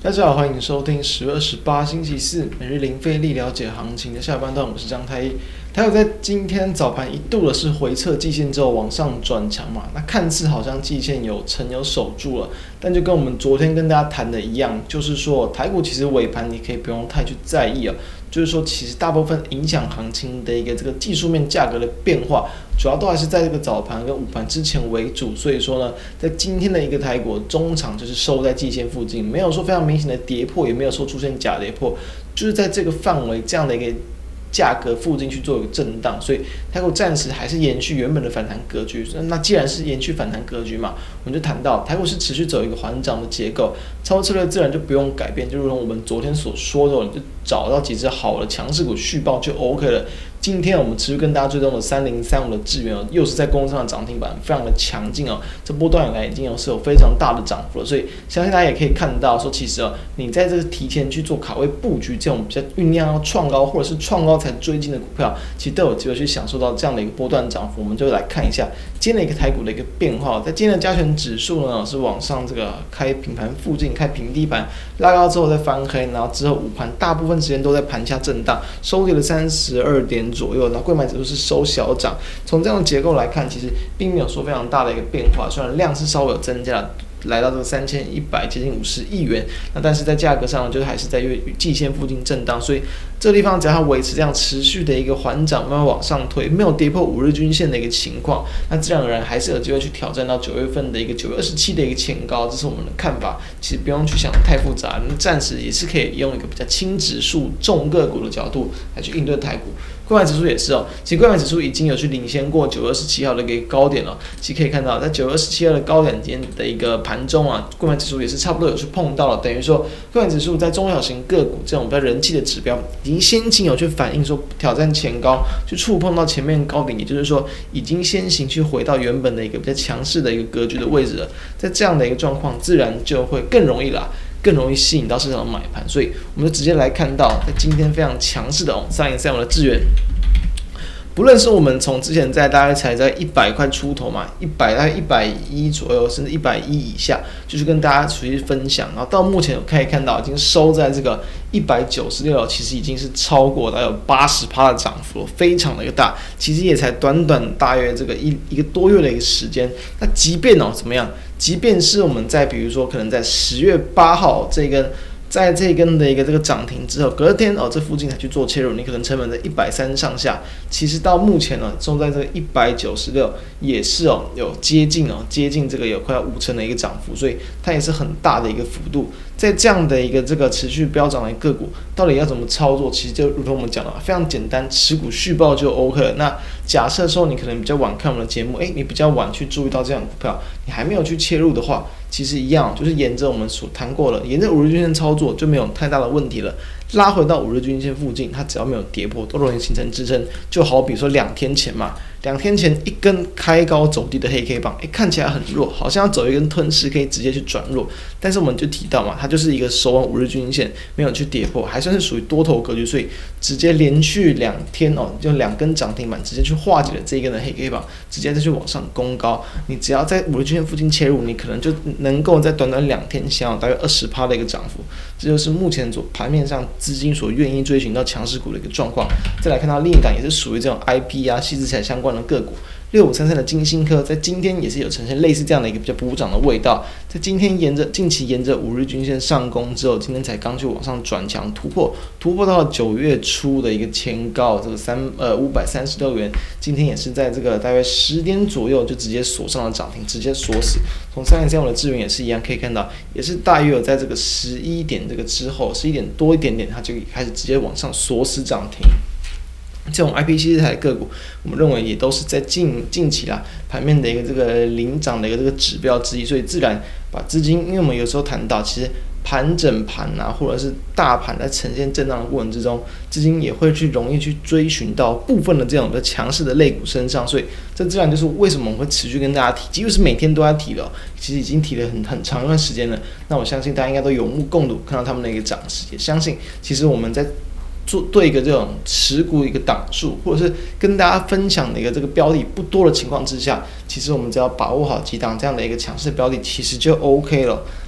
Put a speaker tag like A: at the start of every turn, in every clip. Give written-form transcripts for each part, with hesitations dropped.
A: 大家好，欢迎收听10月28星期四每日零费力了解行情的下半段，我是张太一。台股在今天早盘一度的是回测季线之后往上转强嘛，那看似好像季线有守住了，但就跟我们昨天跟大家谈的一样，就是说台股其实尾盘你可以不用太去在意啊，就是说其实大部分影响行情的一个这个技术面价格的变化，主要都还是在这个早盘跟午盘之前为主，所以说呢，在今天的一个台股中场就是收在季线附近，没有说非常明显的跌破，也没有说出现假跌破，就是在这个范围这样的一个价格附近去做一个震荡，所以台股暂时还是延续原本的反弹格局。那既然是延续反弹格局嘛，我们就谈到台股是持续走一个缓涨的结构，操作策略自然就不用改变，就如同我们昨天所说的，你就找到几只好的强势股续报就 OK 了。今天我们持续跟大家追踪的3035的智原又是在攻上的涨停板，非常的强劲哦。这波段以来已经是有非常大的涨幅了，所以相信大家也可以看到说，其实你在这个提前去做卡位布局这种比较酝酿要创高或者是创高才追进的股票，其实都有机会去享受到这样的一个波段涨幅。我们就来看一下今天的一个台股的一个变化，在今天的加权指数呢是往上这个开平盘附近开平低盘拉高之后再翻黑，然后之后午盘大部分时间都在盘下震荡，收跌了32点左右，那柜买指数是收小涨。从这样的结构来看，其实并没有说非常大的一个变化，虽然量是稍微有增加，来到这个3100接近50亿元，那但是在价格上就是还是在季线附近震荡，所以这个地方只要它维持这样持续的一个缓涨，慢慢往上推，没有跌破5日均线的一个情况，那自然而然还是有机会去挑战到9月份的一个9月27的一个前高，这是我们的看法。其实不用去想太复杂，暂时也是可以用一个比较轻指数重个股的角度来去应对台股。柜买指数也是哦，其实柜买指数已经有去领先过9月27号的一个高点了。其实可以看到，在9月27号的高点间的一个盘中啊，柜买指数也是差不多有去碰到了，等于说柜买指数在中小型个股这种比较人气的指标，已经先行有去反映说挑战前高，去触碰到前面高点，也就是说已经先行去回到原本的一个比较强势的一个格局的位置了。在这样的一个状况，自然就会更容易啦。更容易吸引到市场的买盘，所以我们就直接来看到，在今天非常强势的3035的智原，不论是我们从之前大概才在100块出头嘛，100大概110左右，甚至110以下，就是跟大家持续分享。然后到目前可以看到，已经收在这个196，其实已经是超过大概有80%的涨幅，非常的一个大。其实也才短大约这个一个多月的一个时间。那即便怎么样？即便是我们在比如说可能在10月8号在这根的一个这个涨停之后，隔天这附近才去做切入，你可能成本在130上下，其实到目前收在这个196，也是有接近这个有快要50%的一个涨幅，所以它也是很大的一个幅度。在这样的一个这个持续飙涨的个股，到底要怎么操作？其实就如同我们讲的，非常简单，持股续报就 OK 了。那假设说你可能比较晚看我们的节目，你比较晚去注意到这样的股票，你还没有去切入的话，其实一样，就是沿着我们所谈过了，沿着5日均线操作就没有太大的问题了。拉回到5日均线附近，它只要没有跌破，都容易形成支撑。就好比说2天前嘛，2天前一根开高走低的黑 K 棒，看起来很弱，好像要走一根吞噬可以直接去转弱，但是我们就提到嘛，它就是一个守稳5日均线，没有去跌破，还算是属于多头格局，所以直接连续2天就2根涨停板，直接去化解了这一根的黑 K 棒，直接再去往上攻高。你只要在5日均线附近切入，你可能就能够在短2天享有大约20%的一个涨幅，这就是目前盘面上资金所愿意追寻到强势股的一个状况。再来看到另一档也是属于这种 IP 啊、矽智财相关的个股，6533的金星科，在今天也是有呈现类似这样的一个比较补涨的味道。在今天近期沿着5日均线上攻之后，今天才刚去往上转强突破到了9月初的一个前高，这个536元，今天也是在这个大约10点左右就直接锁上了涨停，直接锁死。从3035的智原也是一样，可以看到也是大约有在这个11点这个之后，11点多一点点，它就开始直接往上锁死涨停。这种 IP 矽智财的个股，我们认为也都是在近期啦盘面的一个这个领涨的一个这个指标之一，所以自然把资金，因为我们有时候谈到，其实整盘啊，或者是大盘在呈现震荡的过程之中，资金也会容易去追寻到部分的这种比较强势的类股身上，所以这自然就是为什么我们会持续跟大家提，几乎是每天都在提的，其实已经提了很长一段时间了。那我相信大家应该都有目共睹，看到他们的一个涨势，也相信其实我们在对一个这种持股一个档数，或者是跟大家分享的一个这个标的不多的情况之下，其实我们只要把握好几档这样的一个强势标的，其实就 OK 了。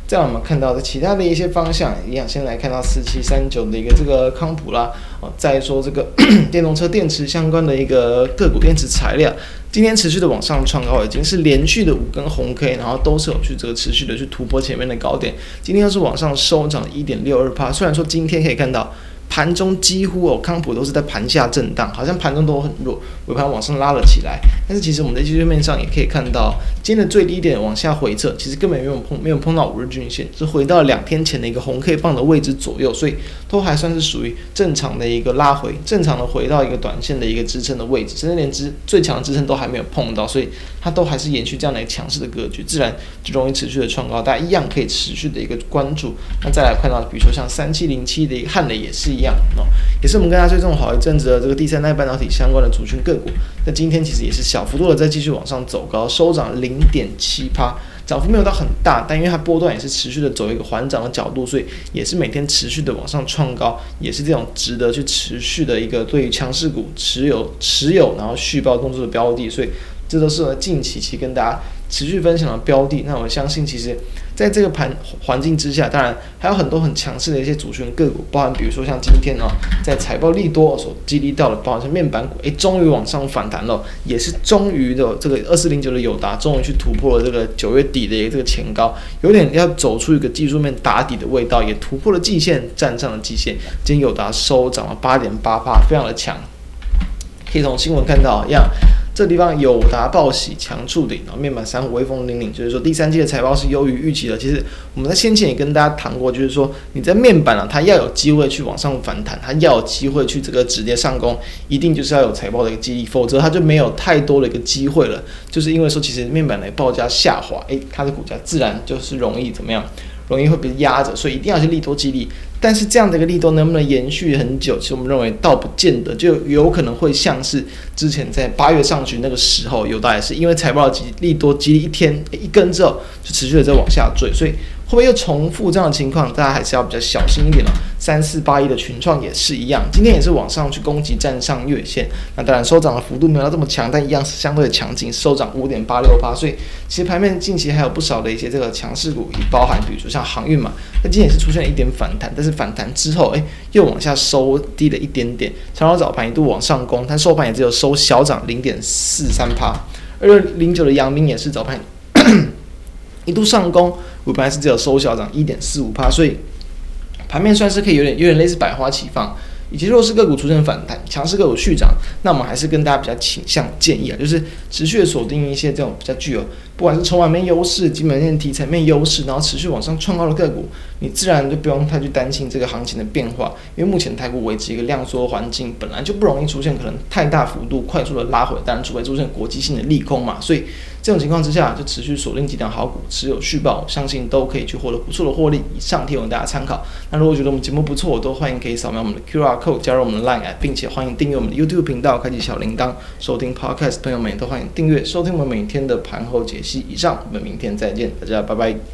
A: 再来我们看到的其他的一些方向一样，先来看到4739的一个这个康普啦，再说这个电动车电池相关的一个个股电池材料，今天持续的往上创高，已经是连续的5根红 K， 然后都是有去这个持续的去突破前面的高点，今天又是往上收涨 1.62%， 虽然说今天可以看到盘中几乎康普都是在盘下震荡，好像盘中都很弱，尾盘往上拉了起来。但是其实我们在技术面上也可以看到，今天的最低点往下回撤，其实根本没有碰到5日均线，是回到2天前的一个红 K 棒的位置左右，所以都还算是属于正常的一个拉回，正常的回到一个短线的一个支撑的位置，甚至连最强的支撑都还没有碰到，所以它都还是延续这样的一个强势的格局，自然就容易持续的创高，大家一样可以持续的一个关注。那再来看到，比如说像3707的一个汉磊也是一样也是我们跟它追踪好一阵子的这个第三代半导体相关的族群个股。那今天其实也是小幅度的在继续往上走高，收涨 0.7%， 涨幅没有到很大，但因为它波段也是持续的走一个缓涨的角度，所以也是每天持续的往上创高，也是这种值得去持续的一个对于强势股持有然后续报动作的标的，所以这都是近期其实跟大家持续分享的标的。那我相信其实在这个盘环境之下，当然还有很多很强势的一些族群个股，包含比如说像今天在财报利多所激励到的，包含像面板股，终于往上反弹了，也是终于的这个2409的友达终于去突破了这个9月底的一个这个前高，有点要走出一个技术面打底的味道，也突破了季线，站上了季线。今天友达收涨了 8.8%， 非常的强。可以从新闻看到一样，这地方友达报喜强触顶，然后面板3虎威风凛凛，就是说第三季的财报是优于预期的。其实我们在先前也跟大家谈过，就是说你在面板它要有机会去往上反弹，它要有机会去这个直接上攻，一定就是要有财报的一个激励，否则它就没有太多的一个机会了。就是因为说其实面板的报价下滑，它的股价自然就是容易怎么样？容易会被压着，所以一定要去利多激励。但是这样的一个利多能不能延续很久？其实我们认为倒不见得，就有可能会像是之前在8月上旬那个时候，友达也是因为财报的利多激励一根之后，就持续的在往下坠，所以会不会又重复这样的情况？大家还是要比较小心一点3481的群创也是一样，今天也是往上去攻击站上月线，那当然收涨的幅度没有到这么强，但一样是相对的强劲，收涨 5.86%。所以其实盘面近期还有不少的一些这个强势股，也包含比如说像航运嘛，那今天也是出现了一点反弹，但是反弹之后又往下收低了一点点，长荣早盘一度往上攻，但收盘也只有收小涨 0.43%。2609的阳明也是早盘一度上攻，尾盘是只有收小涨 1.45%， 所以盘面算是可以有点类似百花齐放。以及弱势个股出现反弹，强势个股续涨，那我们还是跟大家比较倾向建议就是持续的锁定一些这种比较具有不管是筹码面优势、基本面题材面优势，然后持续往上创高的个股，你自然就不用太去担心这个行情的变化，因为目前台股维持一个量缩环境，本来就不容易出现可能太大幅度快速的拉回，当然除非出现国际性的利空嘛，所以这种情况之下，就持续锁定几档好股，持有续报，相信都可以去获得不错的获利。以上提供大家参考。那如果觉得我们节目不错，都欢迎可以扫描我们的 QR Code 加入我们的 Line App， 并且欢迎订阅我们的 YouTube 频道，开启小铃铛。收听 Podcast 朋友们也都欢迎订阅收听我们每天的盘后解析。以上，我们明天再见，大家拜拜。